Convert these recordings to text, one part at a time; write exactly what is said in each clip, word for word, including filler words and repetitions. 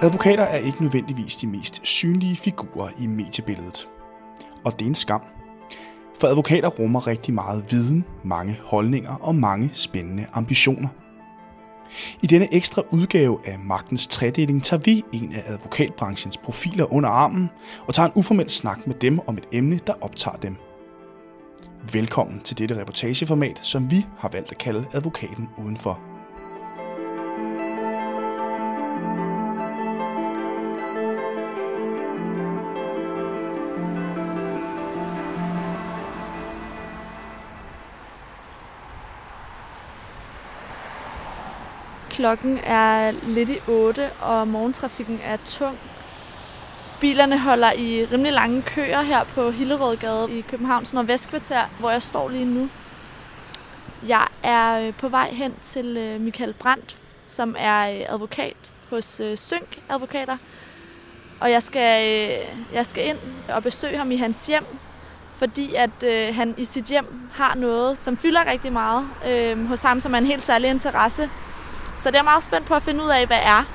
Advokater er ikke nødvendigvis de mest synlige figurer i mediebilledet. Og det er en skam. For advokater rummer rigtig meget viden, mange holdninger og mange spændende ambitioner. I denne ekstra udgave af Magtens Tredeling tager vi en af advokatbranchens profiler under armen og tager en uformel snak med dem om et emne, der optager dem. Velkommen til dette reportageformat, som vi har valgt at kalde Advokaten Udenfor. Klokken er lidt i otte, og morgentrafikken er tung. Bilerne holder i rimelig lange køer her på Hillerødgade i Københavns Nordvestkvarter, hvor jeg står lige nu. Jeg er på vej hen til Michael Brandt, som er advokat hos Sync Advokater. Og jeg skal, jeg skal ind og besøge ham i hans hjem, fordi at han i sit hjem har noget, som fylder rigtig meget øh, hos ham, som er en helt særlig interesse. Så det er meget spændt på at finde ud af, hvad er.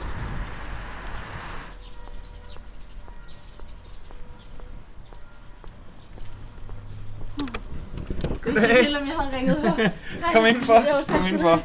Goddag. Jeg ville, om jeg havde ringet på. Kom indenfor. Kom indenfor.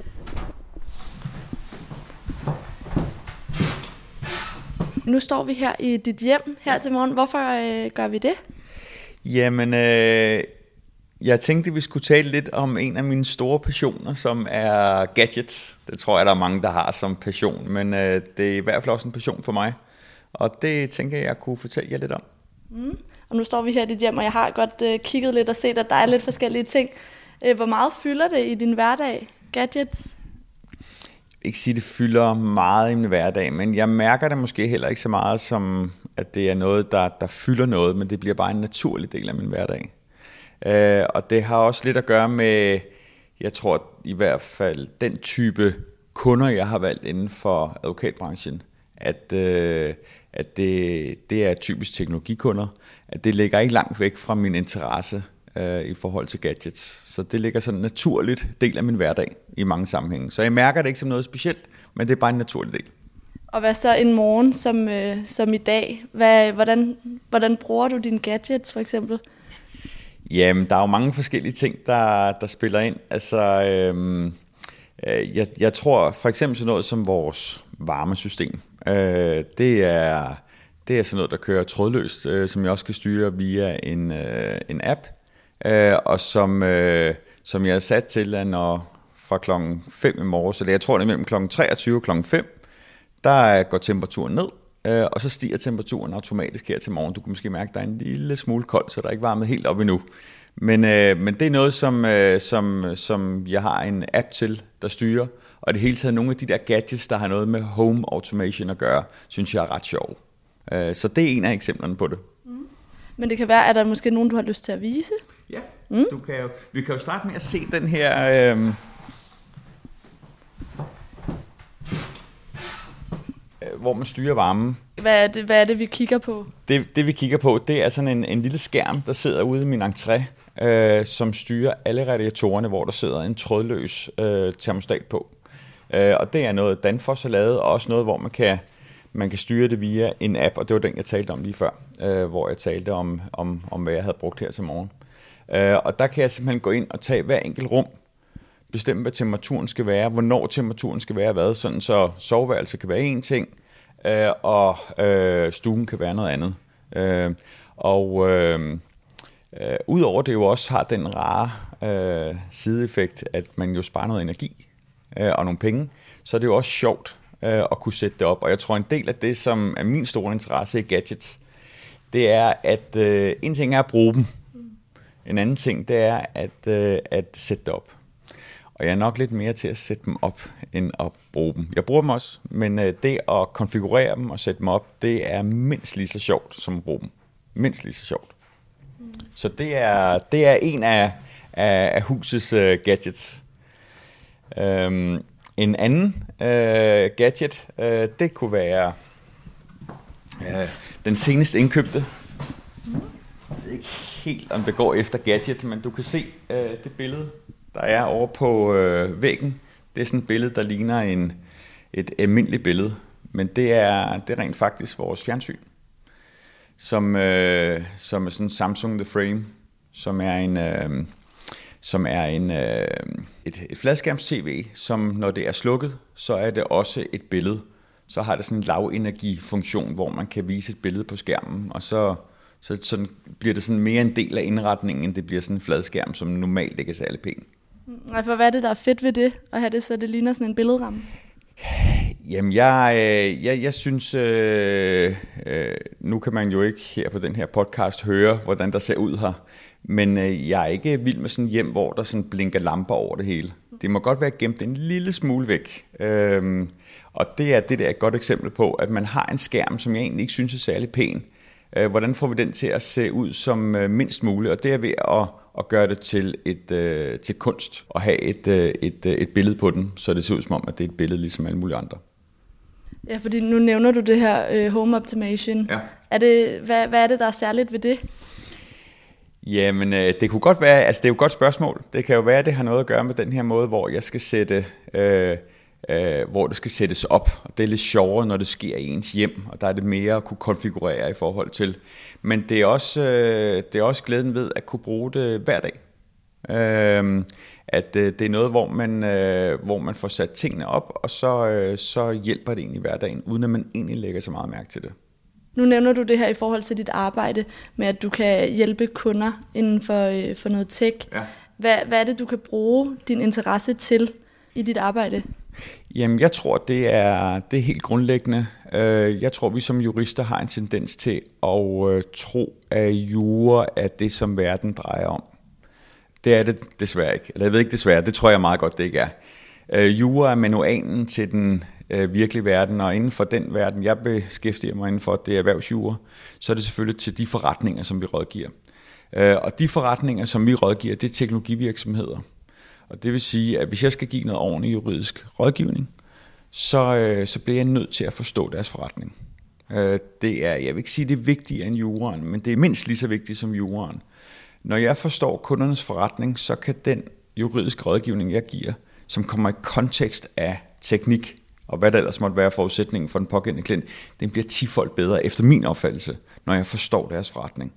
Nu står vi her i dit hjem her til morgen. Hvorfor øh, gør vi det? Jamen, øh, jeg tænkte, vi skulle tale lidt om en af mine store passioner, som er gadgets. Det tror jeg, der er mange, der har som passion, men øh, det er i hvert fald også en passion for mig. Og det tænker jeg, jeg kunne fortælle jer lidt om. Mm. Og nu står vi her i dit hjem, og jeg har godt øh, kigget lidt og set, at der er lidt forskellige ting. Øh, hvor meget fylder det i din hverdag, gadgets? Ikke sige, det fylder meget i min hverdag, men jeg mærker det måske heller ikke så meget, som at det er noget, der, der fylder noget, men det bliver bare en naturlig del af min hverdag. Uh, og det har også lidt at gøre med, jeg tror i hvert fald, den type kunder, jeg har valgt inden for advokatbranchen, at, uh, at det, det er typisk teknologikunder, at det ligger ikke langt væk fra min interesse uh, i forhold til gadgets. Så det ligger sådan en naturligt del af min hverdag i mange sammenhænge. Så jeg mærker det ikke som noget specielt, men det er bare en naturlig del. Og hvad så en morgen som, øh, som i dag? Hvad, hvordan, hvordan bruger du dine gadgets for eksempel? Jamen, der er jo mange forskellige ting, der, der spiller ind. Altså, øhm, øh, jeg, jeg tror for eksempel sådan noget som vores varmesystem. Øh, det, er, det er sådan noget, der kører trådløst, øh, som jeg også kan styre via en, øh, en app. Øh, og som, øh, som jeg er sat til, at når fra klokken fem i morgen, så det, jeg tror det er mellem klokken treogtyve og klokken fem, der går temperaturen ned. Og så stiger temperaturen automatisk her til morgen. Du kan måske mærke, at der er en lille smule koldt, så der er ikke varmet helt op endnu. Men, øh, men det er noget, som, øh, som, som jeg har en app til, der styrer. Og det hele taget nogle af de der gadgets, der har noget med home automation at gøre, synes jeg er ret sjov. Øh, så det er en af eksemplerne på det. Mm. Men det kan være, at der er måske nogen, du har lyst til at vise? Ja, mm. du kan jo, vi kan jo starte med at se den her... Øh, hvor man styrer varmen. Hvad er det, hvad er det vi kigger på? Det, det vi kigger på, det er sådan en, en lille skærm, der sidder ude i min entré, øh, som styrer alle radiatorerne, hvor der sidder en trådløs øh, termostat på. Øh, og det er noget, Danfoss har lavet, og også noget, hvor man kan, man kan styre det via en app, og det var den, jeg talte om lige før, øh, hvor jeg talte om, om, om, hvad jeg havde brugt her til morgen. Øh, og der kan jeg simpelthen gå ind og tage hver enkelt rum, bestemme, hvad temperaturen skal være, hvornår temperaturen skal være, hvad, sådan så soveværelset kan være en ting, øh, og øh, stuen kan være noget andet. Øh, og øh, øh, udover det jo også har den rare øh, sideeffekt, at man jo sparer noget energi øh, og nogle penge, så er det jo også sjovt øh, at kunne sætte det op. Og jeg tror, en del af det, som er min store interesse i gadgets, det er, at øh, en ting er at bruge dem. En anden ting, det er at, øh, at sætte det op. Og jeg er nok lidt mere til at sætte dem op, end at bruge dem. Jeg bruger dem også, men det at konfigurere dem og sætte dem op, det er mindst lige så sjovt som at bruge dem. Mindst lige så sjovt. Mm. Så det er, det er en af, af, af husets uh, gadgets. Um, en anden uh, gadget, uh, det kunne være uh, den senest indkøbte. Mm. Jeg ved ikke helt, om det går efter gadget, men du kan se uh, det billede, der er over på øh, væggen. Det er sådan et billede, der ligner en, et almindeligt billede. men det er, det er rent faktisk vores fjernsyn, som, øh, som er sådan Samsung The Frame, som er en, øh, som er en, øh, et, et fladskærms-tv, som når det er slukket, så er det også et billede. Så har det sådan en lavenergifunktion, hvor man kan vise et billede på skærmen, og så, så sådan bliver det sådan mere en del af indretningen, end det bliver sådan en fladskærm, som normalt ikke er særlig pæn. Nej, for hvad er det, der er fedt ved det, at have det, så det ligner sådan en billedramme? Jamen, jeg, jeg, jeg synes, øh, øh, nu kan man jo ikke her på den her podcast høre, hvordan der ser ud her, men øh, jeg er ikke vild med sådan et hjem, hvor der sådan blinker lamper over det hele. Det må godt være gemt en lille smule væk. Øh, og det er det der et godt eksempel på, at man har en skærm, som jeg egentlig ikke synes er særlig pæn. Øh, hvordan får vi den til at se ud som øh, mindst muligt? Og det er ved at, at gøre det til, et, øh, til kunst og have et, øh, et, øh, et billede på den, så det ser ud som om, at det er et billede ligesom alle mulige andre. Ja, fordi nu nævner du det her øh, home optimation. Ja. Er det, hvad, hvad er det, der er særligt ved det? Jamen, øh, det kunne godt være, altså det er jo et godt spørgsmål. Det kan jo være, at det har noget at gøre med den her måde, hvor jeg skal sætte, øh, øh, hvor det skal sættes op. Og det er lidt sjovere, når det sker i ens hjem, og der er det mere at kunne konfigurere i forhold til. Men det er også, øh, det er også glæden ved at kunne bruge det hver dag. Øh, at øh, det er noget, hvor man, øh, hvor man får sat tingene op, og så, øh, så hjælper det egentlig hverdagen, uden at man egentlig lægger så meget mærke til det. Nu nævner du det her i forhold til dit arbejde, med at du kan hjælpe kunder inden for, øh, for noget tech. Ja. Hvad, hvad er det, du kan bruge din interesse til i dit arbejde? Jamen, jeg tror, det er, det er helt grundlæggende. Jeg tror, vi som jurister har en tendens til at tro, at jura er det, som verden drejer om. Det er det desværre ikke. Eller jeg ved ikke desværre, det tror jeg meget godt, det ikke er. Jura er manualen til den virkelige verden, og inden for den verden, jeg beskæftiger mig inden for, det er erhvervsjura, så er det selvfølgelig til de forretninger, som vi rådgiver. Og de forretninger, som vi rådgiver, det er teknologivirksomheder. Og det vil sige, at hvis jeg skal give noget ordentlig juridisk rådgivning, så, så bliver jeg nødt til at forstå deres forretning. Det er, jeg vil ikke sige, det er vigtigere end juraen, men det er mindst lige så vigtigt som juraen. Når jeg forstår kundernes forretning, så kan den juridiske rådgivning, jeg giver, som kommer i kontekst af teknik, og hvad der ellers måtte være forudsætningen for den pågældende klient, den bliver tifold bedre efter min opfattelse, når jeg forstår deres forretning.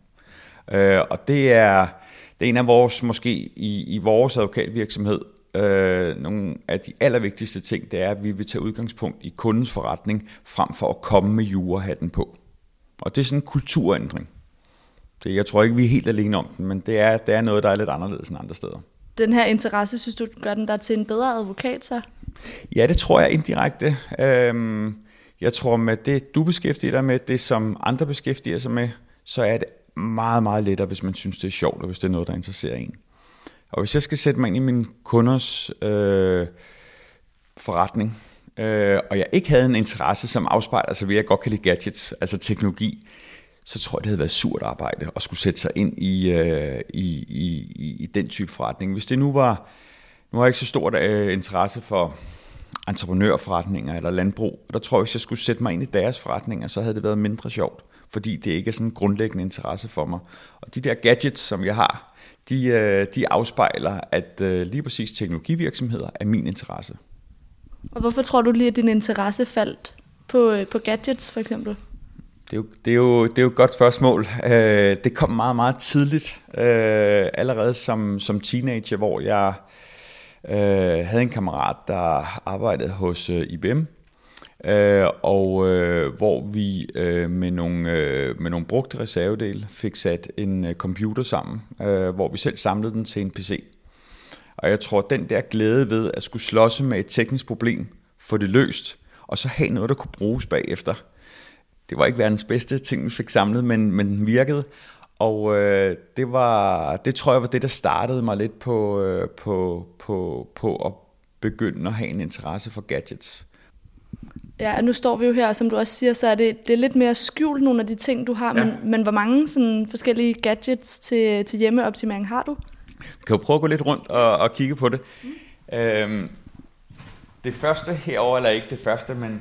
Og det er... Det er en af vores, måske i, i vores advokatvirksomhed, øh, nogle af de allervigtigste ting, det er, at vi vil tage udgangspunkt i kundens forretning, frem for at komme med jurahatten på. Og det er sådan en kulturændring. Det, jeg tror ikke, vi er helt alene om den, men det er, det er noget, der er lidt anderledes end andre steder. Den her interesse, synes du, gør den der til en bedre advokat så? Ja, det tror jeg indirekte. Øhm, jeg tror med det, du beskæftiger dig med, det som andre beskæftiger sig med, så er det meget, meget lettere, hvis man synes, det er sjovt, og hvis det er noget, der interesserer en. Og hvis jeg skal sætte mig ind i mine kunders øh, forretning, øh, og jeg ikke havde en interesse, som afspejler sig ved, at jeg godt kan lide gadgets, altså teknologi, så tror jeg, det havde været surt arbejde at skulle sætte sig ind i, øh, i, i, i den type forretning. Hvis det nu var, nu har jeg ikke så stort øh, interesse for entreprenørforretninger eller landbrug, og der tror jeg, hvis jeg skulle sætte mig ind i deres forretninger, så havde det været mindre sjovt, fordi det ikke er sådan en grundlæggende interesse for mig. Og de der gadgets, som jeg har, de, de afspejler, at lige præcis teknologivirksomheder er min interesse. Og hvorfor tror du lige, at din interesse faldt på, på gadgets for eksempel? Det er, jo, det, er jo, det er jo et godt spørgsmål. Det kom meget, meget tidligt, allerede som, som teenager, hvor jeg havde en kammerat, der arbejdede hos I B M, Uh, og uh, hvor vi uh, med, nogle, uh, med nogle brugte reservedele fik sat en uh, computer sammen, uh, hvor vi selv samlede den til en P C. Og jeg tror, den der glæde ved at skulle slås med et teknisk problem, få det løst, og så have noget, der kunne bruges bagefter. Det var ikke verdens bedste ting, vi fik samlet, men, men den virkede. Og uh, det, var, det tror jeg var det, der startede mig lidt på, uh, på, på, på at begynde at have en interesse for gadgets. Ja, nu står vi jo her, og som du også siger, så er det, det er lidt mere skjult nogle af de ting, du har, ja. men, men hvor mange sådan forskellige gadgets til, til hjemmeoptimering har du? Vi kan jo prøve at gå lidt rundt og, og kigge på det. Mm. Øhm, det første herover eller ikke det første, men,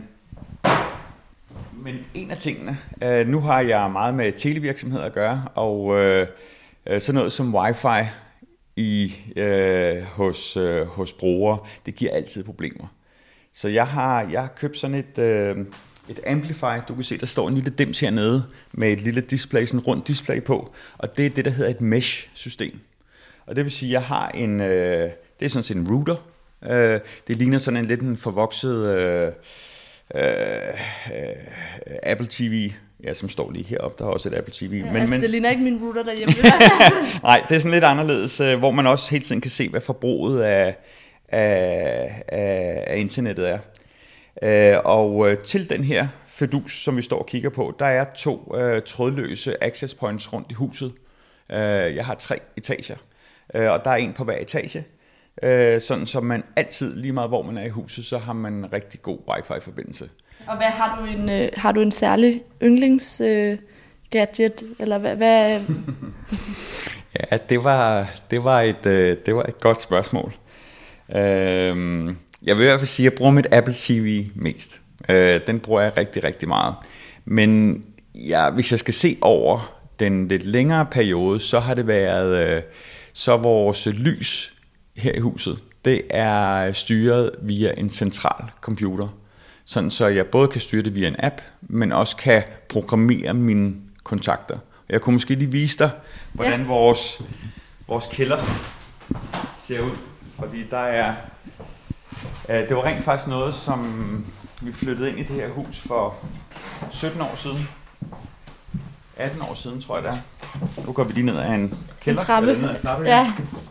men en af tingene, øh, nu har jeg meget med televirksomheder at gøre, og øh, sådan noget som wifi i, øh, hos, øh, hos brugere, det giver altid problemer. Så jeg har, jeg har købt sådan et, øh, et amplify. Du kan se, der står en lille dims hernede med et lille display, sådan en rund display på. Og det er det, der hedder et mesh-system. Og det vil sige, at jeg har en, øh, det er sådan set en router. Øh, det ligner sådan en lidt en forvokset øh, øh, Apple T V, ja, som står lige heroppe. Der er også et Apple T V. Ja, men, altså, men, det ligner ikke min router derhjemme. Nej, det er sådan lidt anderledes, øh, hvor man også hele tiden kan se, hvad forbruget af, af, af, af internettet er. Øh, og øh, til den her fidus, som vi står og kigger på, der er to øh, trådløse access points rundt i huset. Øh, jeg har tre etager, øh, og der er en på hver etage. Øh, sådan så man altid, lige meget hvor man er i huset, så har man en rigtig god wifi-forbindelse. Og hvad har du en, øh, har du en særlig yndlings øh, gadget, eller hvad? hvad? Ja, det var, det, var et, øh, det var et godt spørgsmål. Øh, jeg vil i hvert fald sige, at jeg bruger mit Apple T V mest. Øh, den bruger jeg rigtig, rigtig meget. Men ja, hvis jeg skal se over den lidt længere periode, så har det været øh, så vores lys her i huset. Det er styret via en central computer, sådan så jeg både kan styre det via en app, men også kan programmere mine kontakter. Jeg kunne måske lige vise dig, hvordan ja. vores, vores kælder ser ud, fordi der er, øh, det var rent faktisk noget, som vi flyttede ind i det her hus for sytten år siden. atten år siden, tror jeg det er. Nu går vi lige ned ad en kælder. En trappe. Ned ad en trappe ja.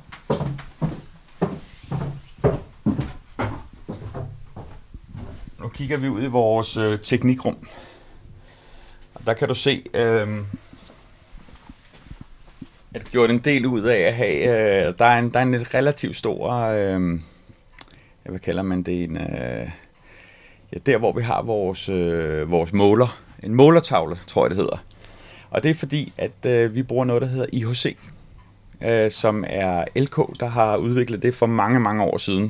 Nu kigger vi ud i vores øh, teknikrum. Og der kan du se, øh, at jeg gjorde en del ud af at have, øh, der er en, der er en lidt relativt stor, øh, hvad kalder man det, en, øh, ja, der hvor vi har vores, øh, vores måler, en målertavle, tror jeg det hedder. Og det er fordi, at øh, vi bruger noget, der hedder I H C, øh, som er L K, der har udviklet det for mange, mange år siden.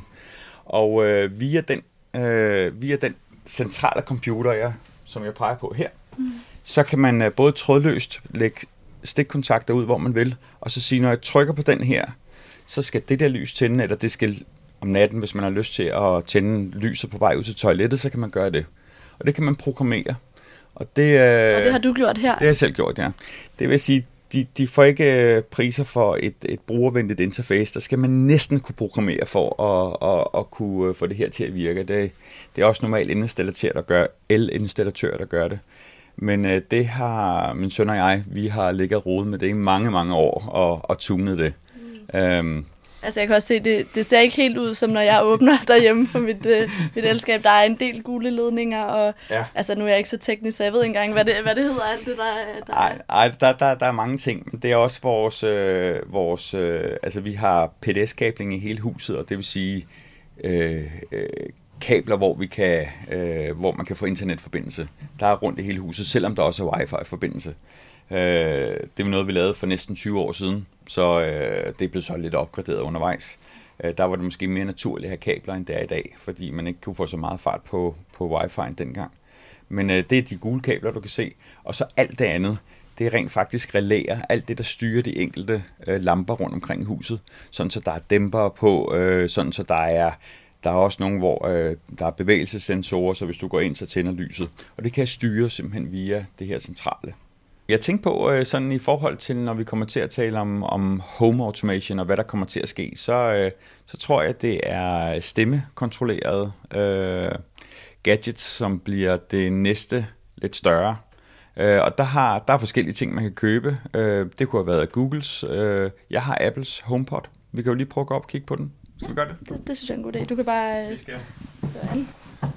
Og øh, via den øh, via den centrale computer, jeg, som jeg peger på her, mm. så kan man øh, både trådløst lægge stikkontakter ud, hvor man vil, og så sige, når jeg trykker på den her, så skal det der lys tænde, eller det skal om natten, hvis man har lyst til at tænde lyset på vej ud til toilettet, så kan man gøre det. Og det kan man programmere. Og det, øh, og det har du gjort her? Det har jeg selv gjort, ja. Det vil sige, de, de får ikke priser for et, et brugervenligt interface. Der skal man næsten kunne programmere for at, at, at kunne få det her til at virke. Det, det er også normalt elinstallatør, der gør, elinstallatør, der gør det. Men øh, det har min søn og jeg, vi har ligget og rodet med det i mange, mange år og, og tunet det. Mm. Øhm, Altså jeg kan også se, det, det ser ikke helt ud som når jeg åbner derhjemme for mit, øh, mit elskab. Der er en del gule ledninger, og ja. Altså nu er jeg ikke så teknisk, så jeg ved ikke engang, hvad det, hvad det hedder alt det der. der Ej, ej der, der, der er mange ting, men det er også vores, øh, vores øh, altså vi har P D S-kabling i hele huset, og det vil sige øh, øh, kabler, hvor vi kan, øh, hvor man kan få internetforbindelse. Der er rundt i hele huset, selvom der også er wifi-forbindelse. Øh, det var noget, vi lavede for næsten tyve år siden, så øh, det er blevet så lidt opgraderet undervejs. Øh, der var det måske mere naturligt at have kabler, end det er i dag, fordi man ikke kunne få så meget fart på, på wifi'en dengang. Men øh, det er de gule kabler, du kan se. Og så alt det andet, det er rent faktisk relæer, alt det, der styrer de enkelte øh, lamper rundt omkring i huset, sådan så der er dæmpere på, øh, sådan så der er Der er også nogle, hvor øh, der er bevægelsessensorer, så hvis du går ind, så tænder lyset. Og det kan jeg styre simpelthen via det her centrale. Jeg tænkte på, øh, sådan i forhold til, når vi kommer til at tale om, om home automation og hvad der kommer til at ske, så, øh, så tror jeg, at det er stemmekontrollerede øh, gadgets, som bliver det næste lidt større. Øh, og der, har, der er forskellige ting, man kan købe. Øh, det kunne have været Googles. Øh, jeg har Apples HomePod. Vi kan jo lige prøve at gå op og kigge på den. Skal vi gøre det? Det, det synes jeg er en god idé. Du kan bare Vi skal. gøre an.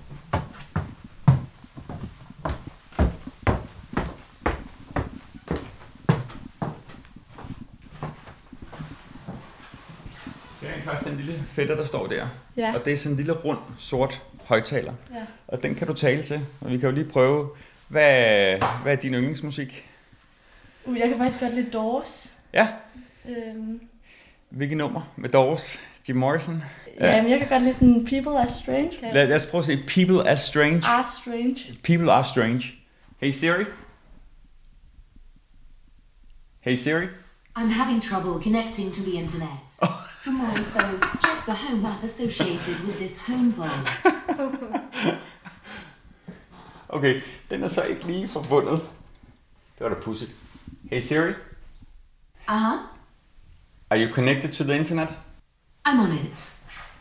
Det er egentlig faktisk den lille fætter, der står der. Ja. Og det er sådan en lille rund, sort højtaler. Ja. Og den kan du tale til. Og vi kan jo lige prøve, hvad, hvad er din yndlingsmusik? Uh, jeg kan faktisk godt lide Doors. Ja. Øhm. Hvilket nummer med Doors? Jim Morrison? Ja, men jeg kan godt lide sådan People Are Strange. Lad, lad os prøve at se People Are Strange. Are Strange. People Are Strange. Hey Siri. Hey Siri. I'm having trouble connecting to the internet. Oh. For more info, check the home app associated with this HomePod. Okay, den er så ikke lige forbundet. Det var da pudsigt. Hey Siri, Uh-huh. are you connected to the internet? I'm on it.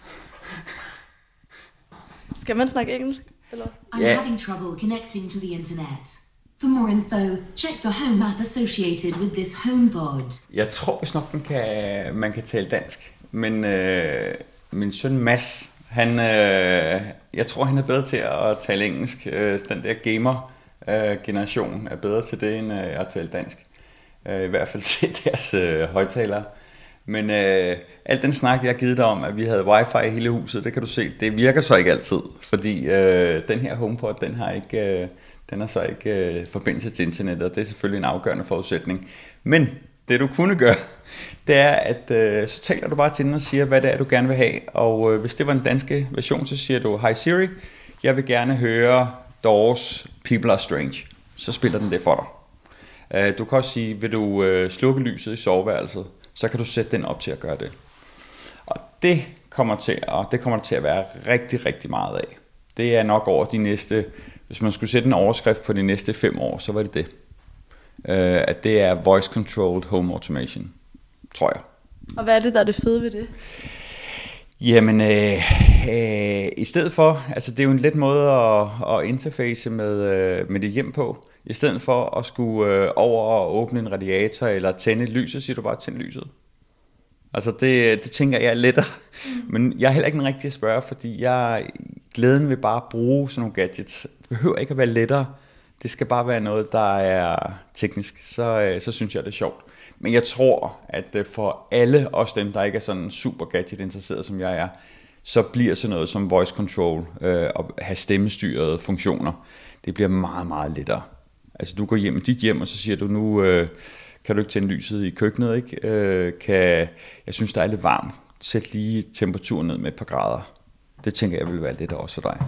Skal man snakke engelsk? Eller? I'm Yeah. having trouble connecting to the internet. For more info, check the home app associated with this HomePod. Jeg tror vist nok, den kan, man kan tale dansk. Men øh, min søn Mads, han, øh, jeg tror, han er bedre til at tale engelsk. Øh, den der gamer-generation øh, er bedre til det, end øh, at tale dansk. Øh, I hvert fald til deres øh, højtalere. Men øh, alt den snak, jeg har givet dig om, at vi havde wifi i hele huset, det kan du se, det virker så ikke altid. Fordi øh, den her HomePod, den har ikke... Øh, Den har så ikke øh, forbindelse til internettet, og det er selvfølgelig en afgørende forudsætning. Men det du kunne gøre, det er, at øh, så taler du bare til den og siger, hvad det er, du gerne vil have. Og øh, hvis det var den danske version, så siger du, Hi Siri, jeg vil gerne høre Doors People Are Strange. Så spiller den det for dig. Øh, du kan også sige, vil du øh, slukke lyset i soveværelset, så kan du sætte den op til at gøre det. Og det kommer til at, det kommer til at være rigtig, rigtig meget af. Det er nok over de næste... Hvis man skulle sætte en overskrift på de næste fem år, så var det det. Uh, at det er voice controlled home automation, tror jeg. Og hvad er det, der er det fede ved det? Jamen, øh, øh, i stedet for, altså det er jo en let måde at, at interface med, øh, med det hjem på. I stedet for at skulle øh, over og åbne en radiator eller tænde et lys, så siger du bare, tænd lyset. Altså det, det tænker jeg er lettere. Men jeg er heller ikke den rigtige at spørge, fordi jeg glæden ved bare at bruge sådan nogle gadgets. Det behøver ikke at være lettere. Det skal bare være noget, der er teknisk. Så, så synes jeg, det er sjovt. Men jeg tror, at for alle os dem, der ikke er sådan super gadget interesseret, som jeg er, så bliver sådan noget som voice control øh, og have stemmestyrede funktioner. Det bliver meget, meget lettere. Altså du går hjem i dit hjem, og så siger du nu... Øh, kan du ikke tænde lyset i køkkenet, ikke? Øh, kan, jeg synes, der er lidt varmt. Sæt lige temperaturen ned med et par grader. Det tænker jeg vil være lidt også for dig.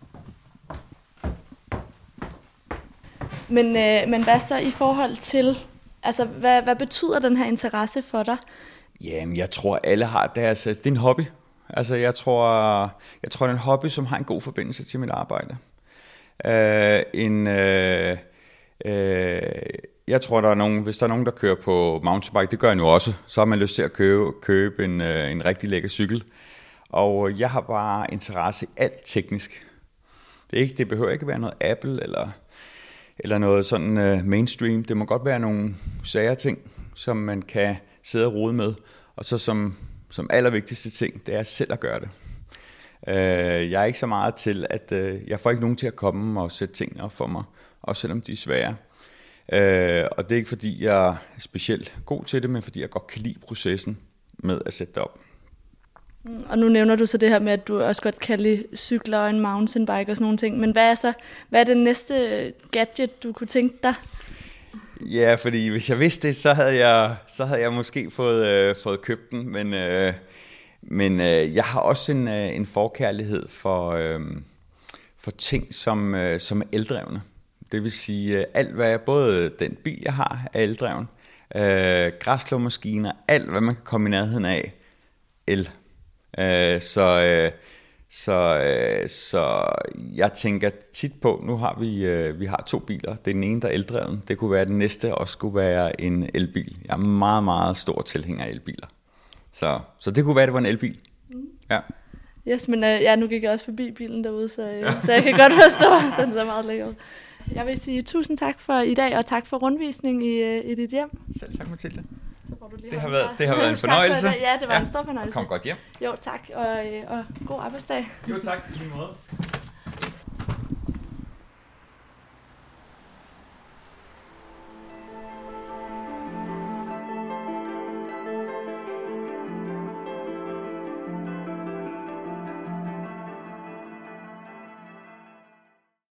Men, øh, men hvad så i forhold til, altså hvad, hvad betyder den her interesse for dig? Jamen, jeg tror, alle har deres, det er en hobby. Altså, jeg tror, jeg tror, det er en hobby, som har en god forbindelse til mit arbejde. Øh, en... Øh, øh, Jeg tror, der er nogen, hvis der er nogen, der kører på mountainbike, det gør jeg nu også, så har man lyst til at købe, købe en, en rigtig lækker cykel. Og jeg har bare interesse i alt teknisk. Det, er ikke, det behøver ikke være noget Apple eller, eller noget sådan uh, mainstream. Det må godt være nogle sære ting, som man kan sidde og rode med. Og så som, som allervigtigste ting, det er selv at gøre det. Uh, jeg er ikke så meget til, at uh, jeg får ikke nogen til at komme og sætte tingene op for mig, også selvom de er svære. Øh, og det er ikke fordi jeg er specielt god til det, men fordi jeg godt kan lide processen med at sætte det op. Og nu nævner du så det her med, at du også godt kan lide cykler og en mountainbike og sådan nogle ting. Men hvad er så, hvad er det næste gadget, du kunne tænke dig? Ja, fordi hvis jeg vidste det, så havde jeg, så havde jeg måske fået, øh, fået købt den. Men, øh, men øh, jeg har også en, øh, en forkærlighed for, øh, for ting, som, øh, som er eldrevne. Det vil sige, alt hvad jeg, både den bil, jeg har, er eldreven, øh, græsslåmaskiner, alt hvad man kan komme i nærheden af, el. Øh, så, øh, så, øh, så jeg tænker tit på, nu har vi, øh, vi har to biler. Det er den ene, der er eldreven. Det kunne være den næste, også skulle være en elbil. Jeg er meget, meget stor tilhænger af elbiler. Så, så det kunne være, det var en elbil. Ja. Yes, men øh, ja, nu gik jeg også forbi bilen derude, så, øh, så jeg kan godt forstå, at den ser meget lækker ud. Jeg vil sige tusind tak for i dag, og tak for rundvisning i, i dit hjem. Selv tak, Mathilde. Det har været, det har været en fornøjelse. Ja, det var ja. en stor fornøjelse. Kom godt hjem. Jo, tak, og, og god arbejdsdag. Jo, tak. I lige måde.